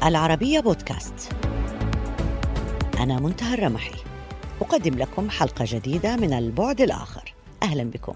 العربية بودكاست. أنا منتهى الرمحي، أقدم لكم حلقة جديدة من البعد الآخر. أهلا بكم.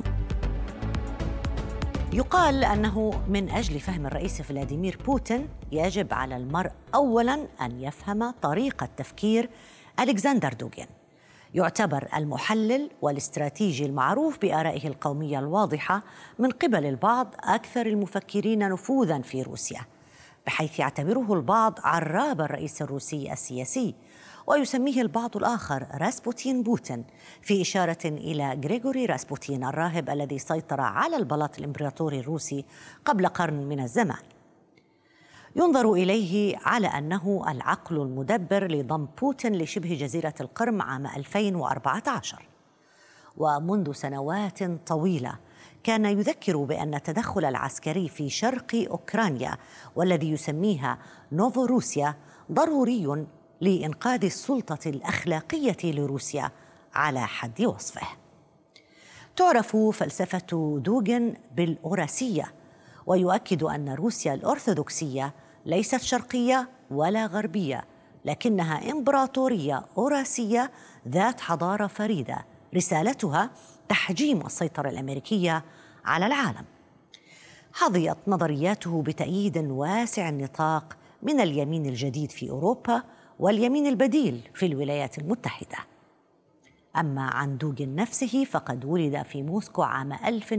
يقال أنه من أجل فهم الرئيس فلاديمير بوتين يجب على المرء أولاً أن يفهم طريقة تفكير ألكسندر دوغين. يعتبر المحلل والاستراتيجي المعروف بآرائه القومية الواضحة من قبل البعض أكثر المفكرين نفوذاً في روسيا، بحيث يعتبره البعض عراب الرئيس الروسي السياسي، ويسميه البعض الآخر راسبوتين بوتين، في إشارة إلى غريغوري راسبوتين الراهب الذي سيطر على البلاط الإمبراطوري الروسي قبل قرن من الزمان. ينظر إليه على أنه العقل المدبر لضم بوتين لشبه جزيرة القرم عام 2014، ومنذ سنوات طويلة كان يذكر بأن التدخل العسكري في شرق أوكرانيا والذي يسميها نوفوروسيا ضروري لإنقاذ السلطة الأخلاقية لروسيا على حد وصفه. تعرف فلسفة دوغين بالأوراسية، ويؤكد أن روسيا الأرثوذكسية ليست شرقية ولا غربية، لكنها إمبراطورية أوراسية ذات حضارة فريدة رسالتها تحجيم السيطرة الأمريكية على العالم. حظيت نظرياته بتأييد واسع النطاق من اليمين الجديد في أوروبا واليمين البديل في الولايات المتحدة. أما عن دوغين نفسه فقد ولد في موسكو عام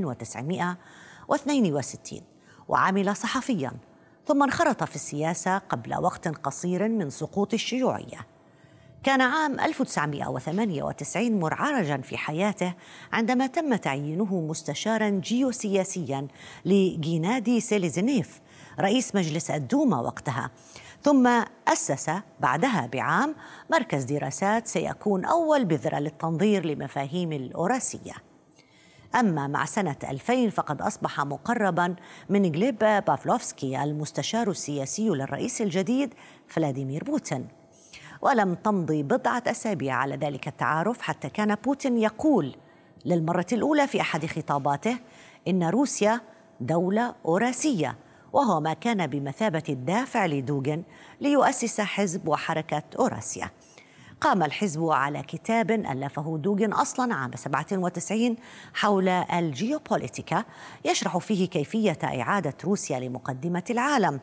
1962 وعمل صحفياً، ثم انخرط في السياسة قبل وقت قصير من سقوط الشيوعية. كان عام 1998 مرعرجاً في حياته عندما تم تعيينه مستشاراً جيوسياسياً لجينادي سيليزنيف رئيس مجلس الدوما وقتها، ثم أسس بعدها بعام مركز دراسات سيكون أول بذرة للتنظير لمفاهيم الأوراسية. أما مع سنة 2000 فقد أصبح مقرباً من غليب بافلوفسكي المستشار السياسي للرئيس الجديد فلاديمير بوتين. ولم تمضي بضعة أسابيع على ذلك التعارف حتى كان بوتين يقول للمرة الأولى في أحد خطاباته إن روسيا دولة أوراسية، وهو ما كان بمثابة الدافع لدوغين ليؤسس حزب وحركة أوراسيا. قام الحزب على كتاب ألفه دوغين أصلاً عام 97 حول الجيوبوليتيكا، يشرح فيه كيفية إعادة روسيا لمقدمة العالم.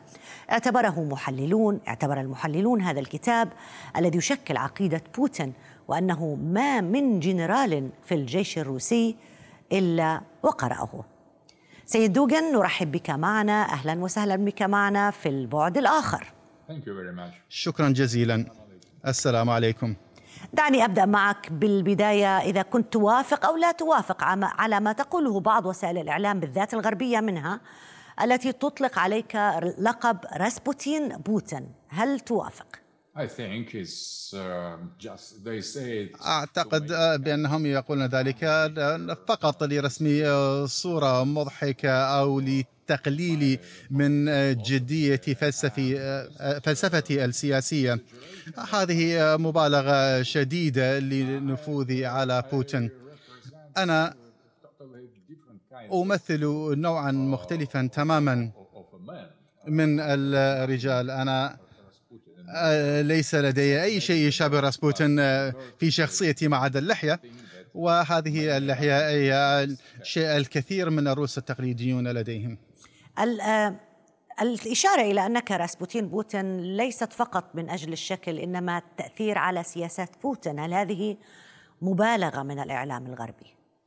اعتبر المحللون هذا الكتاب الذي يشكل عقيدة بوتين، وأنه ما من جنرال في الجيش الروسي إلا وقرأه. سيد دوغين، نرحب بك معنا. أهلا وسهلا بك معنا في البعد الآخر. شكرا جزيلا. السلام عليكم. دعني أبدأ معك بالبداية، إذا كنت توافق أو لا توافق على ما تقوله بعض وسائل الإعلام بالذات الغربية منها، التي تطلق عليك لقب راسبوتين بوتين. هل توافق؟ أعتقد بأنهم يقولون ذلك فقط لرسم صورة مضحكة أو لتقليل من جدية فلسفتي السياسية. هذه مبالغة شديدة للنفوذ على بوتين. أنا أمثل نوعا مختلفا تماما من الرجال. أنا ليس لدي أي شيء يشابه راسبوتين في شخصيتي ما عدا اللحية، وهذه اللحية هي الشيء الكثير من الروس التقليديون لديهم. الإشارة إلى أنك راسبوتين بوتين ليست فقط من أجل الشكل، إنما التأثير على سياسات بوتين. هل هذه مبالغة من الإعلام الغربي؟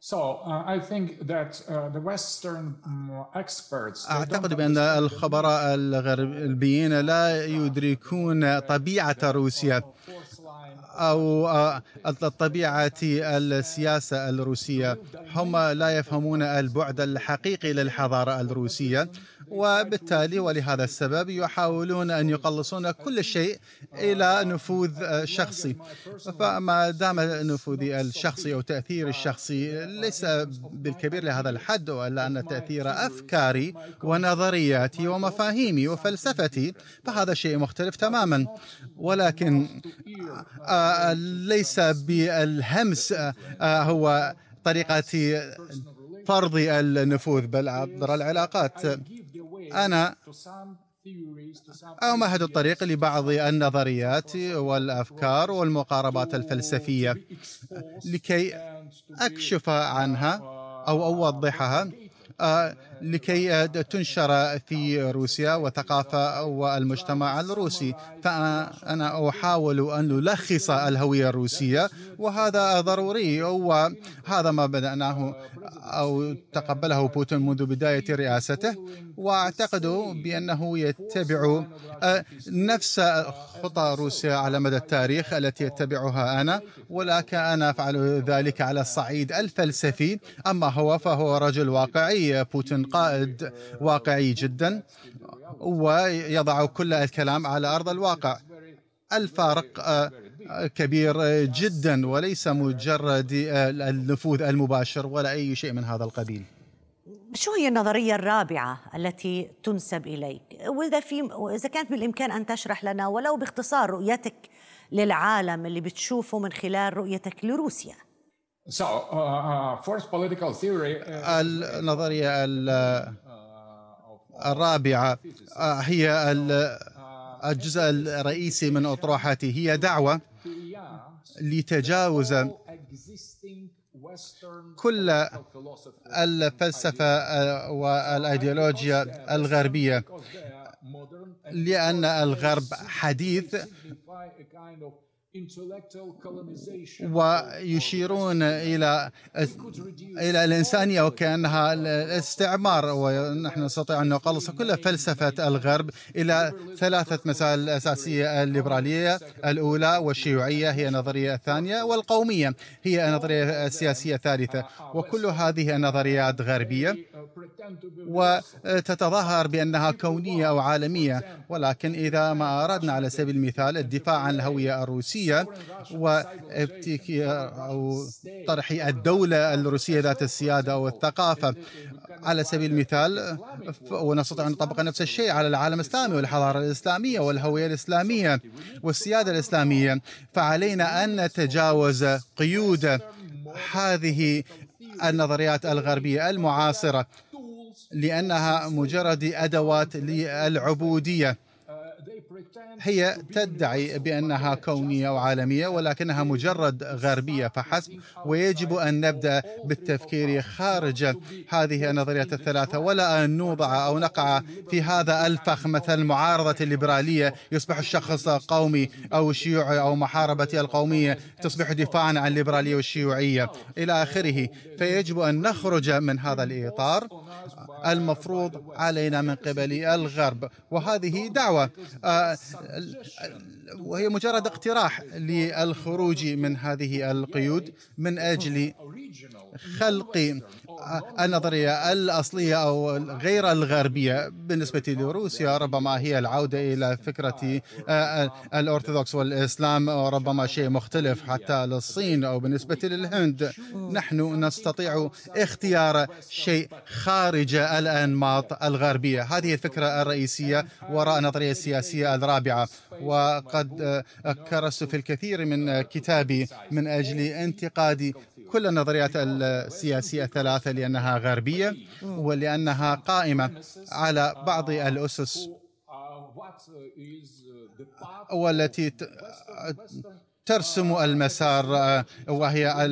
أعتقد بأن الخبراء الغربيين لا يدركون طبيعة روسيا أو طبيعة السياسة الروسية. هم لا يفهمون البعد الحقيقي للحضارة الروسية، وبالتالي ولهذا السبب يحاولون أن يقلصون كل شيء إلى نفوذ شخصي. فما دام نفوذي الشخصي أو تأثير الشخصي ليس بالكبير لهذا الحد، ولا أن تأثير أفكاري ونظرياتي ومفاهيمي وفلسفتي فهذا شيء مختلف تماما. ولكن ليس بالهمس هو طريقة فرض النفوذ، بل عبر العلاقات. أنا أو مهد الطريق لبعض النظريات والأفكار والمقاربات الفلسفية لكي أكشف عنها أو أوضحها لكي تنشر في روسيا وثقافة والمجتمع الروسي. فأنا أحاول أن نلخص الهوية الروسية، وهذا ضروري، وهذا ما بدأناه أو تقبله بوتين منذ بداية رئاسته، وأعتقد بأنه يتبع نفس خطى روسيا على مدى التاريخ التي يتبعها أنا، ولكن أنا أفعل ذلك على الصعيد الفلسفي. أما هو فهو رجل واقعي. بوتين قائد واقعي جدا ويضع كل الكلام على أرض الواقع. الفارق كبير جدا وليس مجرد النفوذ المباشر ولا أي شيء من هذا القبيل. شو هي النظرية الرابعة التي تنسب إليك؟ وإذا كانت بالإمكان أن تشرح لنا ولو باختصار رؤيتك للعالم اللي بتشوفه من خلال رؤيتك لروسيا. النظرية الرابعة هي الجزء الرئيسي من أطروحتي، هي دعوة لتجاوز كل الفلسفة والأيديولوجيا الغربية، لأن الغرب حديث ويشيرون إلى الإنسانية وكأنها الاستعمار، ونحن نستطيع أن نقلص كل فلسفة الغرب إلى ثلاثة مسائل أساسية: الليبرالية الأولى، والشيوعية هي النظرية الثانية، والقومية هي النظرية السياسية الثالثة. وكل هذه النظريات غربية وتتظاهر بأنها كونية أو عالمية، ولكن إذا ما أردنا على سبيل المثال الدفاع عن الهوية الروسية أو طرح الدولة الروسية ذات السيادة أو الثقافة على سبيل المثال، ونستطيع أن نطبق نفس الشيء على العالم الإسلامي والحضارة الإسلامية والهوية الإسلامية والسيادة الإسلامية، فعلينا أن نتجاوز قيود هذه النظريات الغربية المعاصرة، لأنها مجرد أدوات للعبودية. هي تدعي بأنها كونية وعالمية، ولكنها مجرد غربية فحسب، ويجب أن نبدأ بالتفكير خارج هذه النظريات الثلاثة، ولا أن نوضع أو نقع في هذا الفخ مثل معارضة الليبرالية يصبح الشخص قومي، أو شيوعي، أو محاربة القومية تصبح دفاعا عن الليبرالية والشيوعية إلى آخره. فيجب أن نخرج من هذا الإطار المفروض علينا من قبل الغرب، وهذه دعوة وهي مجرد اقتراح للخروج من هذه القيود من أجل خلق النظرية الأصلية أو غير الغربية. بالنسبة لروسيا ربما هي العودة إلى فكرة الأرثوذكس والإسلام، وربما شيء مختلف حتى للصين، أو بالنسبة للهند نحن نستطيع اختيار شيء خارج الأنماط الغربية. هذه الفكرة الرئيسية وراء النظرية السياسية الرابعة، وقد كرست في الكثير من كتابي من أجل انتقاد كل النظريات السياسية الثلاثة لأنها غربية ولأنها قائمة على بعض الأسس والتي ترسم المسار، وهي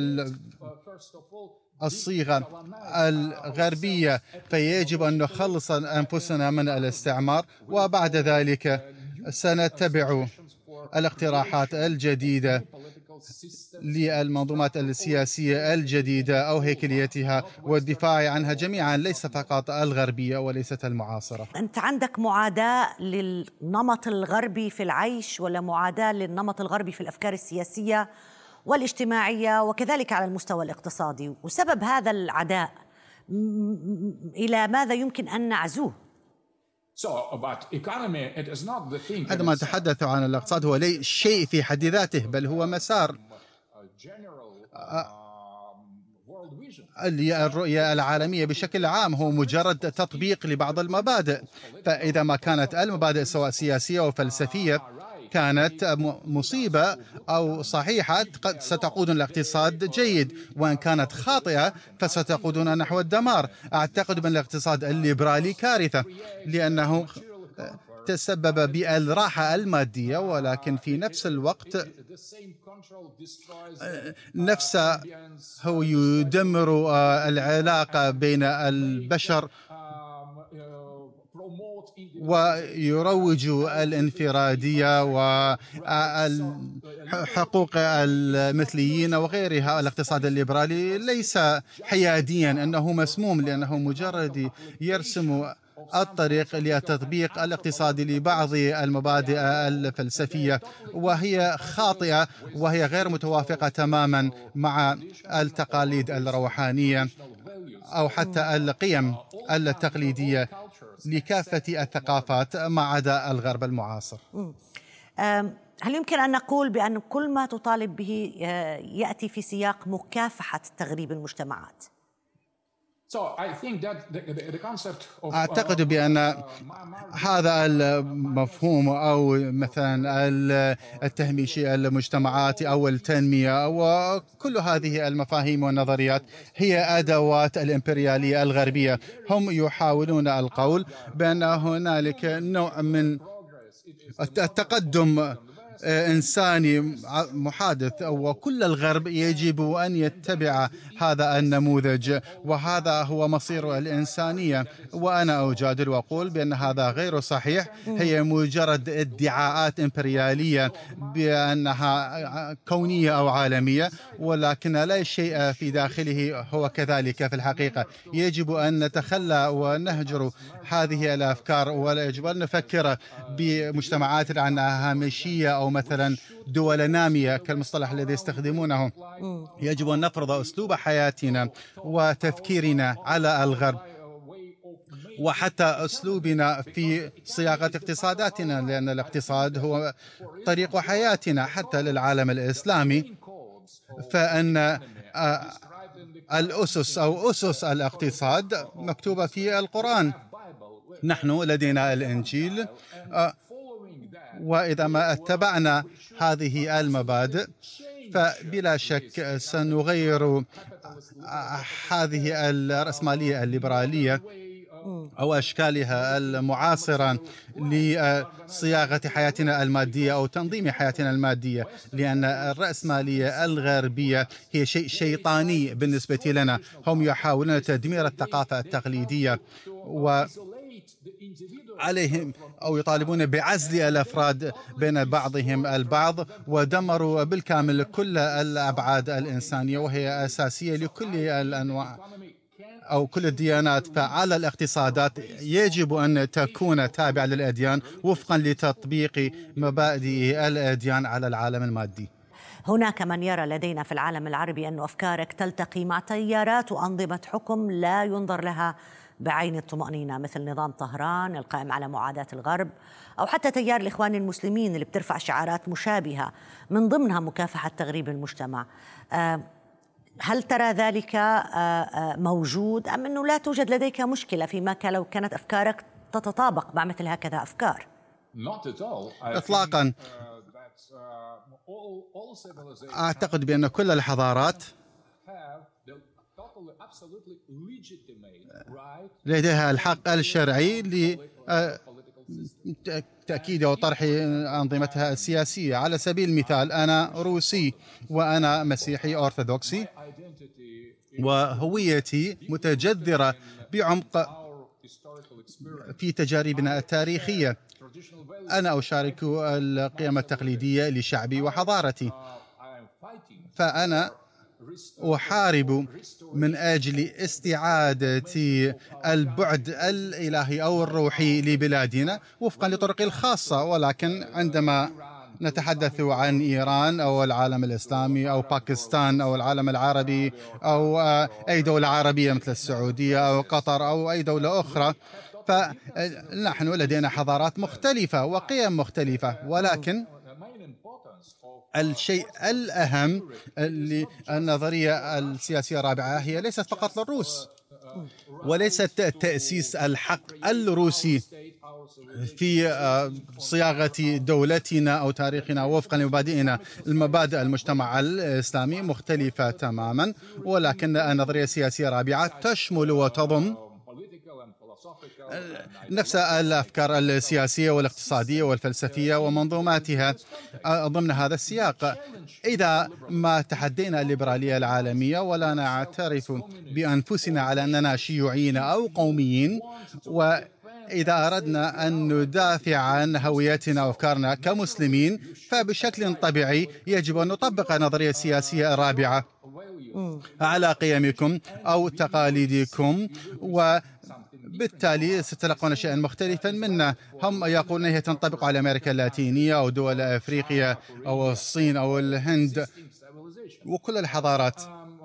الصيغة الغربية. فيجب أن نخلص أنفسنا من الاستعمار، وبعد ذلك سنتبع الاقتراحات الجديدة للمنظومات السياسية الجديدة أو هيكليتها والدفاع عنها جميعا، ليس فقط الغربية وليست المعاصرة. أنت عندك معاداة للنمط الغربي في العيش، ولا معاداة للنمط الغربي في الأفكار السياسية والاجتماعية وكذلك على المستوى الاقتصادي؟ وسبب هذا العداء إلى ماذا يمكن أن نعزوه؟ عندما نتحدث عن الاقتصاد هو ليس شيء في حد ذاته، بل هو مسار. الرؤية العالمية بشكل عام هو مجرد تطبيق لبعض المبادئ، فإذا ما كانت المبادئ سواء سياسية أو فلسفية كانت مصيبة أو صحيحة قد ستقودنا الاقتصاد جيد، وإن كانت خاطئة فستقودنا نحو الدمار. أعتقد أن الاقتصاد الليبرالي كارثة، لأنه تسبب بالراحة المادية، ولكن في نفس الوقت نفسه هو يدمر العلاقة بين البشر ويروج الانفرادية وحقوق المثليين وغيرها. الاقتصاد الليبرالي ليس حياديا، أنه مسموم، لأنه مجرد يرسم الطريق لتطبيق الاقتصاد لبعض المبادئ الفلسفية، وهي خاطئة وهي غير متوافقة تماما مع التقاليد الروحانية أو حتى القيم التقليدية لكافة الثقافات ما عدا الغرب المعاصر. هل يمكن أن نقول بأن كل ما تطالب به يأتي في سياق مكافحة تغريب المجتمعات؟ أعتقد بأن هذا المفهوم أو مثلا التهميش المجتمعات أو التنمية وكل هذه المفاهيم والنظريات هي أدوات الإمبريالية الغربية. هم يحاولون القول بأن هنالك نوع من التقدم إنساني محادث، وكل الغرب يجب أن يتبع هذا النموذج، وهذا هو مصير الإنسانية. وأنا أجادل وأقول بأن هذا غير صحيح، هي مجرد ادعاءات إمبريالية بأنها كونية أو عالمية، ولكن لا شيء في داخله هو كذلك في الحقيقة. يجب أن نتخلى ونهجر هذه الأفكار، ولا يجب أن نفكر بمجتمعات عنها هامشية أو مثلا دول نامية كالمصطلح الذي يستخدمونه. يجب أن نفرض أسلوب حياتنا وتفكيرنا على الغرب، وحتى أسلوبنا في صياغة اقتصاداتنا، لأن الاقتصاد هو طريق حياتنا حتى للعالم الإسلامي. فإن الأسس أو أسس الاقتصاد مكتوبة في القرآن. نحن لدينا الإنجيل، وإذا ما اتبعنا هذه المبادئ فبلا شك سنغير هذه الرأسمالية الليبرالية أو أشكالها المعاصرة لصياغة حياتنا المادية أو تنظيم حياتنا المادية، لأن الرأسمالية الغربية هي شيء شيطاني بالنسبة لنا. هم يحاولون تدمير الثقافة التقليدية، وعليهم أو يطالبون بعزل الأفراد بين بعضهم البعض، ودمروا بالكامل كل الأبعاد الإنسانية وهي أساسية لكل الأنواع أو كل الديانات. فعلى الاقتصادات يجب أن تكون تابعة للأديان وفقا لتطبيق مبادئ الأديان على العالم المادي. هناك من يرى لدينا في العالم العربي أن أفكارك تلتقي مع تيارات وأنظمة حكم لا ينظر لها بعين الطمأنينة، مثل نظام طهران القائم على معاداة الغرب، أو حتى تيار الإخوان المسلمين اللي بترفع شعارات مشابهة من ضمنها مكافحة تغريب المجتمع. هل ترى ذلك موجود، أم أنه لا توجد لديك مشكلة فيما لو كانت أفكارك تتطابق مع مثل هكذا أفكار؟ إطلاقا. أعتقد بأن كل الحضارات لديها الحق الشرعي لتأكيد وطرح أنظمتها السياسية. على سبيل المثال، أنا روسي وأنا مسيحي أرثوذكسي، وهويتي متجذرة بعمق في تجاربنا التاريخية. أنا أشارك القيم التقليدية لشعبي وحضارتي، فأنا أحارب من أجل استعادة البعد الإلهي أو الروحي لبلادنا وفقا لطرقي الخاصة. ولكن عندما نتحدث عن إيران أو العالم الإسلامي أو باكستان أو العالم العربي أو أي دولة عربية مثل السعودية أو قطر أو أي دولة أخرى، فنحن لدينا حضارات مختلفة وقيم مختلفة. ولكن الشيء الأهم للنظرية السياسية الرابعة هي ليست فقط للروس، وليست تأسيس الحق الروسي في صياغة دولتنا أو تاريخنا وفقا لمبادئنا. المبادئ المجتمع الإسلامي مختلفة تماما، ولكن النظرية السياسية الرابعة تشمل وتضم نفس الأفكار السياسية والاقتصادية والفلسفية ومنظوماتها ضمن هذا السياق. إذا ما تحدينا الليبرالية العالمية ولا نعترف بأنفسنا على أننا شيوعيين أو قوميين، وإذا أردنا أن ندافع عن هويتنا وأفكارنا كمسلمين، فبشكل طبيعي يجب أن نطبق النظرية السياسية الرابعة على قيمكم أو تقاليدكم، وبالتالي ستلقون شيئا مختلفا منا. هم يقولون هي تنطبق على أمريكا اللاتينية أو دول أفريقيا أو الصين أو الهند وكل الحضارات.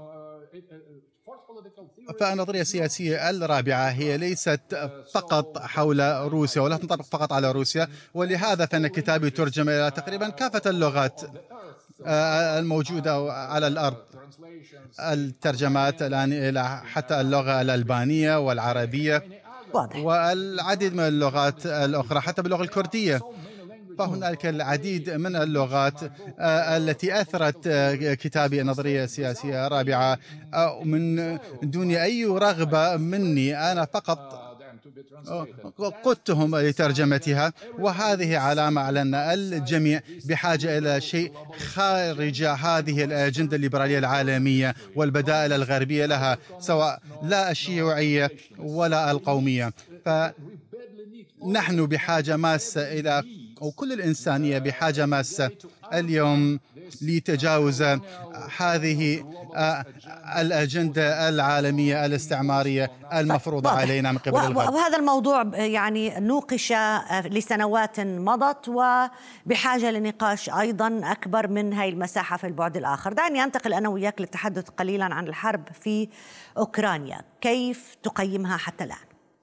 فالنظرية السياسية الرابعة هي ليست فقط حول روسيا ولا تنطبق فقط على روسيا، ولهذا فإن كتابي ترجم إلى تقريبا كافة اللغات الموجودة على الأرض. الترجمات الآن إلى حتى اللغة الألبانية والعربية والعديد من اللغات الأخرى حتى باللغة الكردية. فهناك العديد من اللغات التي أثرت كتابي النظرية السياسية الرابعة من دون أي رغبة مني، أنا فقط قدتهم لترجمتها. وهذه علامة على أن الجميع بحاجة إلى شيء خارج هذه الأجندة الليبرالية العالمية والبدائل الغربية لها، سواء لا الشيوعية ولا القومية. فنحن بحاجة ماسة إلى، أو كل الإنسانية بحاجة ماسة اليوم لتجاوز هذه الأجندة العالمية الاستعمارية المفروضة علينا من قبل الغرب. وهذا الموضوع يعني نوقش لسنوات مضت وبحاجة لنقاش أيضا أكبر من هذه المساحة في البعد الآخر. دعني أنتقل أنا وياك للتحدث قليلا عن الحرب في أوكرانيا. كيف تقيمها حتى الآن؟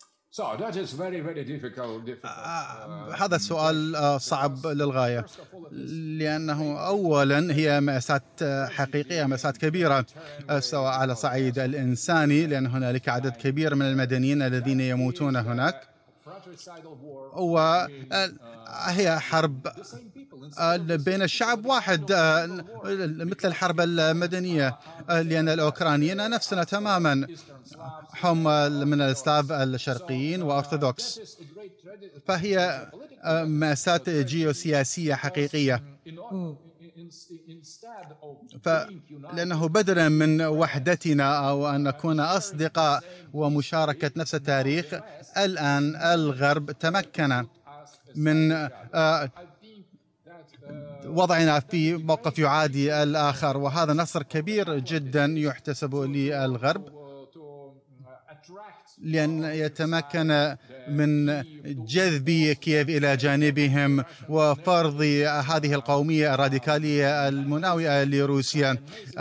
هذا السؤال صعب للغاية، لأنه أولا هي مأساة حقيقية، مأساة كبيرة سواء على صعيد الإنساني، لأن هنالك عدد كبير من المدنيين الذين يموتون هناك، وهي حرب بين الشعب واحد مثل الحرب المدنية، لأن الأوكرانيين نفسنا تماما، هم من السلاف الشرقيين وأرثوذكس. فهي مأساة جيوسياسية حقيقية. لأنه بدلا من وحدتنا أو أن نكون أصدقاء ومشاركة نفس التاريخ، الآن الغرب تمكن من وضعنا في موقف يعادي الآخر، وهذا نصر كبير جدا يحتسب للغرب، لأن يتمكن من جذب كييف إلى جانبهم وفرض هذه القومية الراديكالية المناوئة لروسيا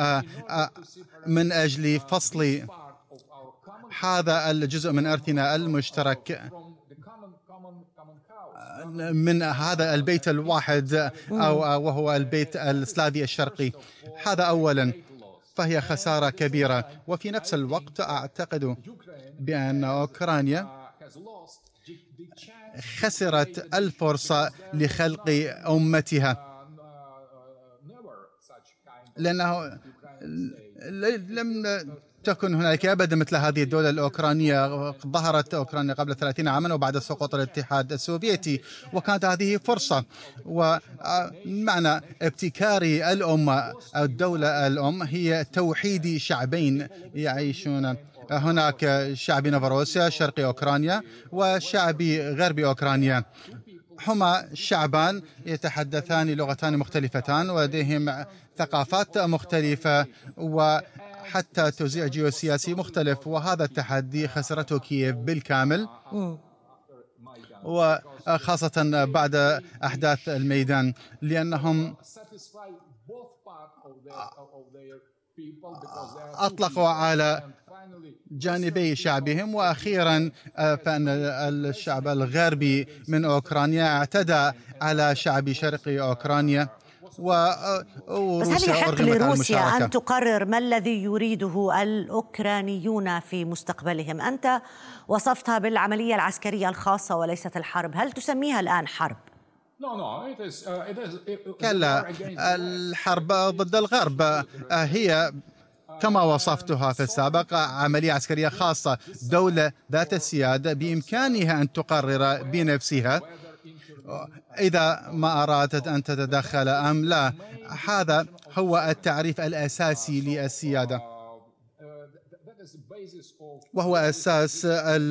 من أجل فصل هذا الجزء من إرثنا المشترك من هذا البيت الواحد وهو البيت السلافي الشرقي. هذا أولا. فهي خسارة كبيرة. وفي نفس الوقت أعتقد بأن أوكرانيا خسرت الفرصة لخلق أمتها، لأنه لم تكن هناك أبدا مثل هذه الدولة الأوكرانية. ظهرت أوكرانيا قبل 30 عاما وبعد سقوط الاتحاد السوفيتي، وكانت هذه فرصة. ومعنى ابتكار الأمة، الدولة الأم، هي توحيد شعبين يعيشون هناك، شعب نوفوروسيا شرقي أوكرانيا وشعب غربي أوكرانيا. هما شعبان يتحدثان لغتان مختلفتان ولديهم ثقافات مختلفة وحتى توزيع جيوسياسي مختلف، وهذا التحدي خسرته كييف بالكامل، وخاصة بعد أحداث الميدان، لأنهم أطلقوا على جانبي شعبهم، وأخيرا فإن الشعب الغربي من أوكرانيا اعتدى على شعب شرقي أوكرانيا. بس هل يحق لروسيا أن تقرر ما الذي يريده الأوكرانيون في مستقبلهم؟ أنت وصفتها بالعملية العسكرية الخاصة وليست الحرب، هل تسميها الآن حرب؟ كلا، الحرب ضد الغرب هي كما وصفتها في السابق عملية عسكرية خاصة، دولة ذات السيادة بإمكانها أن تقرر بنفسها إذا ما أرادت أن تتدخل أم لا. هذا هو التعريف الأساسي للسيادة، وهو أساس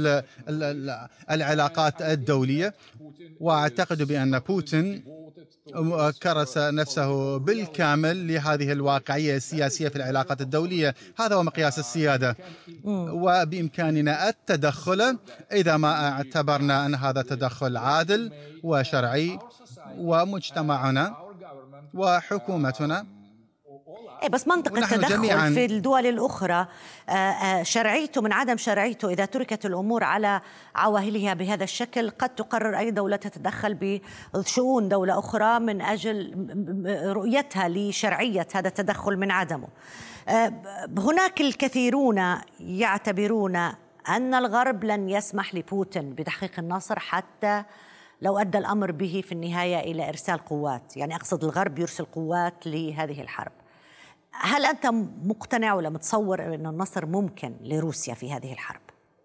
العلاقات الدولية. وأعتقد بأن بوتين كرس نفسه بالكامل لهذه الواقعية السياسية في العلاقات الدولية. هذا هو مقياس السيادة، وبإمكاننا التدخل إذا ما اعتبرنا أن هذا تدخل عادل وشرعي، ومجتمعنا وحكومتنا. بس منطق التدخل في الدول الأخرى شرعيته من عدم شرعيته، إذا تركت الأمور على عواهلها بهذا الشكل قد تقرر أي دولة تتدخل بشؤون دولة أخرى من أجل رؤيتها لشرعية هذا التدخل من عدمه. هناك الكثيرون يعتبرون أن الغرب لن يسمح لبوتين بتحقيق النصر حتى لو أدى الأمر به في النهاية إلى إرسال قوات، يعني أقصد الغرب يرسل قوات لهذه الحرب. هل أنت مقتنع ولا متصور أن النصر ممكن لروسيا في هذه الحرب؟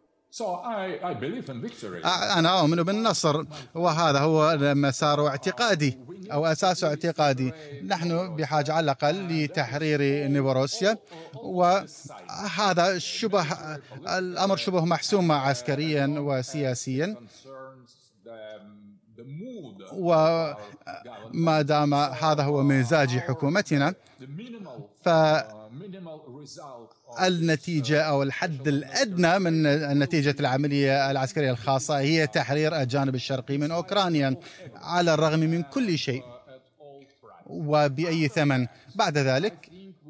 أنا أؤمن بالنصر، وهذا هو مسار اعتقادي أو أساس اعتقادي. نحن بحاجة على الأقل لتحرير نيفوروسيا، وهذا الأمر شبه محسوم عسكريا وسياسيا. وما دام هذا هو مزاج حكومتنا، فالنتيجة أو الحد الأدنى من نتيجة العملية العسكرية الخاصة هي تحرير الجانب الشرقي من أوكرانيا على الرغم من كل شيء وبأي ثمن. بعد ذلك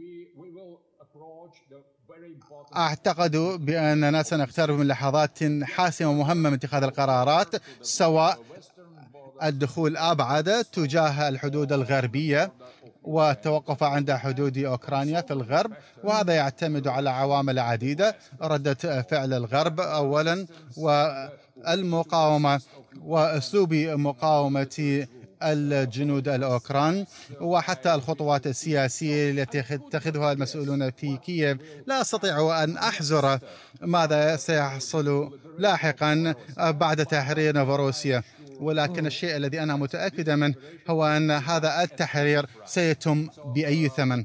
أعتقد بأننا سنقترب من لحظات حاسمة ومهمة من اتخاذ القرارات، سواء الدخول أبعد تجاه الحدود الغربية والتوقف عند حدود أوكرانيا في الغرب، وهذا يعتمد على عوامل عديدة: ردة فعل الغرب أولا، والمقاومة وأسلوب مقاومة الجنود الأوكران، وحتى الخطوات السياسية التي يتخذها المسؤولون في كييف. لا أستطيع أن أحزر ماذا سيحصل لاحقا بعد تحرير نيفوروسيا، ولكن الشيء الذي أنا متأكد منه هو أن هذا التحرير سيتم بأي ثمن.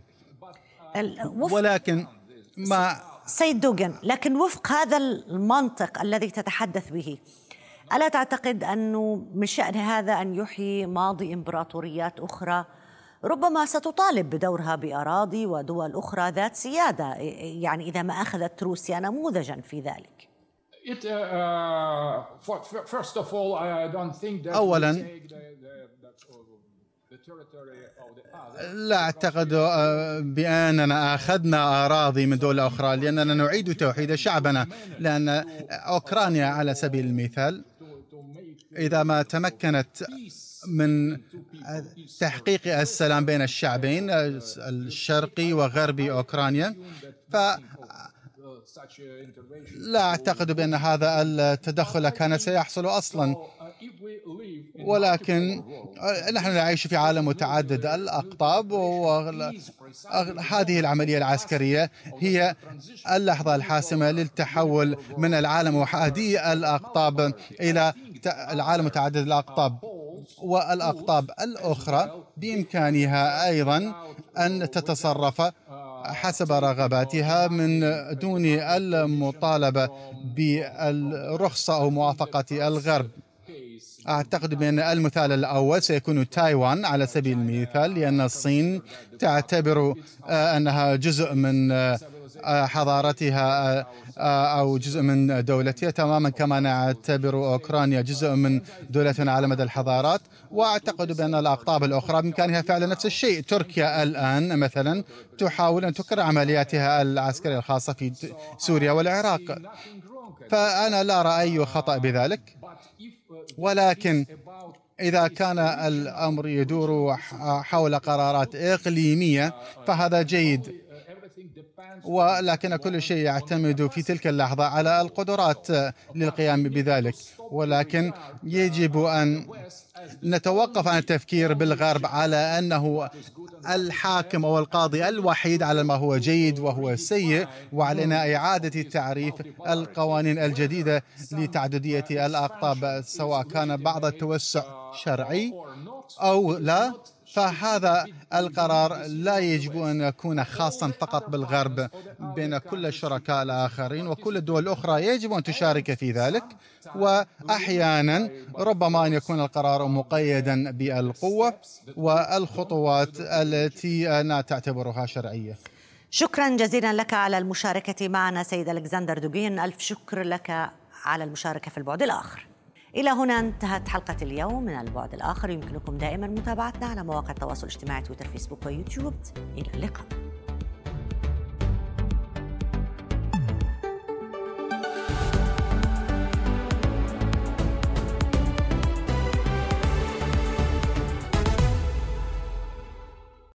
ولكن سيد دوغن، لكن وفق هذا المنطق الذي تتحدث به، ألا تعتقد أنه من شأن هذا أن يحيي ماضي إمبراطوريات أخرى ربما ستطالب بدورها بأراضي ودول أخرى ذات سيادة، يعني إذا ما أخذت روسيا نموذجا في ذلك؟ أولا، لا أعتقد بأننا أخذنا أراضي من دولة أخرى، لأننا نعيد توحيد شعبنا. لأن أوكرانيا على سبيل المثال إذا ما تمكنت من تحقيق السلام بين الشعبين الشرقي وغربي أوكرانيا، لا أعتقد بأن هذا التدخل كان سيحصل أصلا. ولكن نحن نعيش في عالم متعدد الأقطاب، وهذه العملية العسكرية هي اللحظة الحاسمة للتحول من العالم وحدي الأقطاب إلى العالم متعدد الأقطاب، والأقطاب الأخرى بإمكانها أيضا أن تتصرف حسب رغباتها من دون المطالبة بالرخصة أو موافقة الغرب. أعتقد بأن المثال الأول سيكون تايوان على سبيل المثال، لأن الصين تعتبر أنها جزء من حضارتها أو جزء من دولتها، تماما كما نعتبر أوكرانيا جزء من دولتنا على مدى الحضارات. وأعتقد بأن الأقطاب الأخرى بإمكانها فعل نفس الشيء. تركيا الآن مثلا تحاول أن تكرر عملياتها العسكرية الخاصة في سوريا والعراق، فأنا لا أرى أي خطأ بذلك. ولكن إذا كان الأمر يدور حول قرارات إقليمية فهذا جيد، ولكن كل شيء يعتمد في تلك اللحظة على القدرات للقيام بذلك. ولكن يجب أن نتوقف عن التفكير بالغرب على أنه الحاكم أو القاضي الوحيد على ما هو جيد وهو سيء، وعلينا إعادة تعريف القوانين الجديدة لتعددية الأقطاب، سواء كان بعض التوسع شرعي أو لا. فهذا القرار لا يجب أن يكون خاصا فقط بالغرب، بين كل الشركاء الآخرين وكل الدول الأخرى يجب أن تشارك في ذلك، وأحيانا ربما أن يكون القرار مقيدا بالقوة والخطوات التي أنا تعتبرها شرعية. شكرا جزيلا لك على المشاركة معنا سيد ألكسندر دوغين. ألف شكر لك على المشاركة في البعد الآخر. إلى هنا انتهت حلقة اليوم من البعد الآخر. يمكنكم دائما متابعتنا على مواقع التواصل الاجتماعي تويتر، فيسبوك ويوتيوب. إلى اللقاء.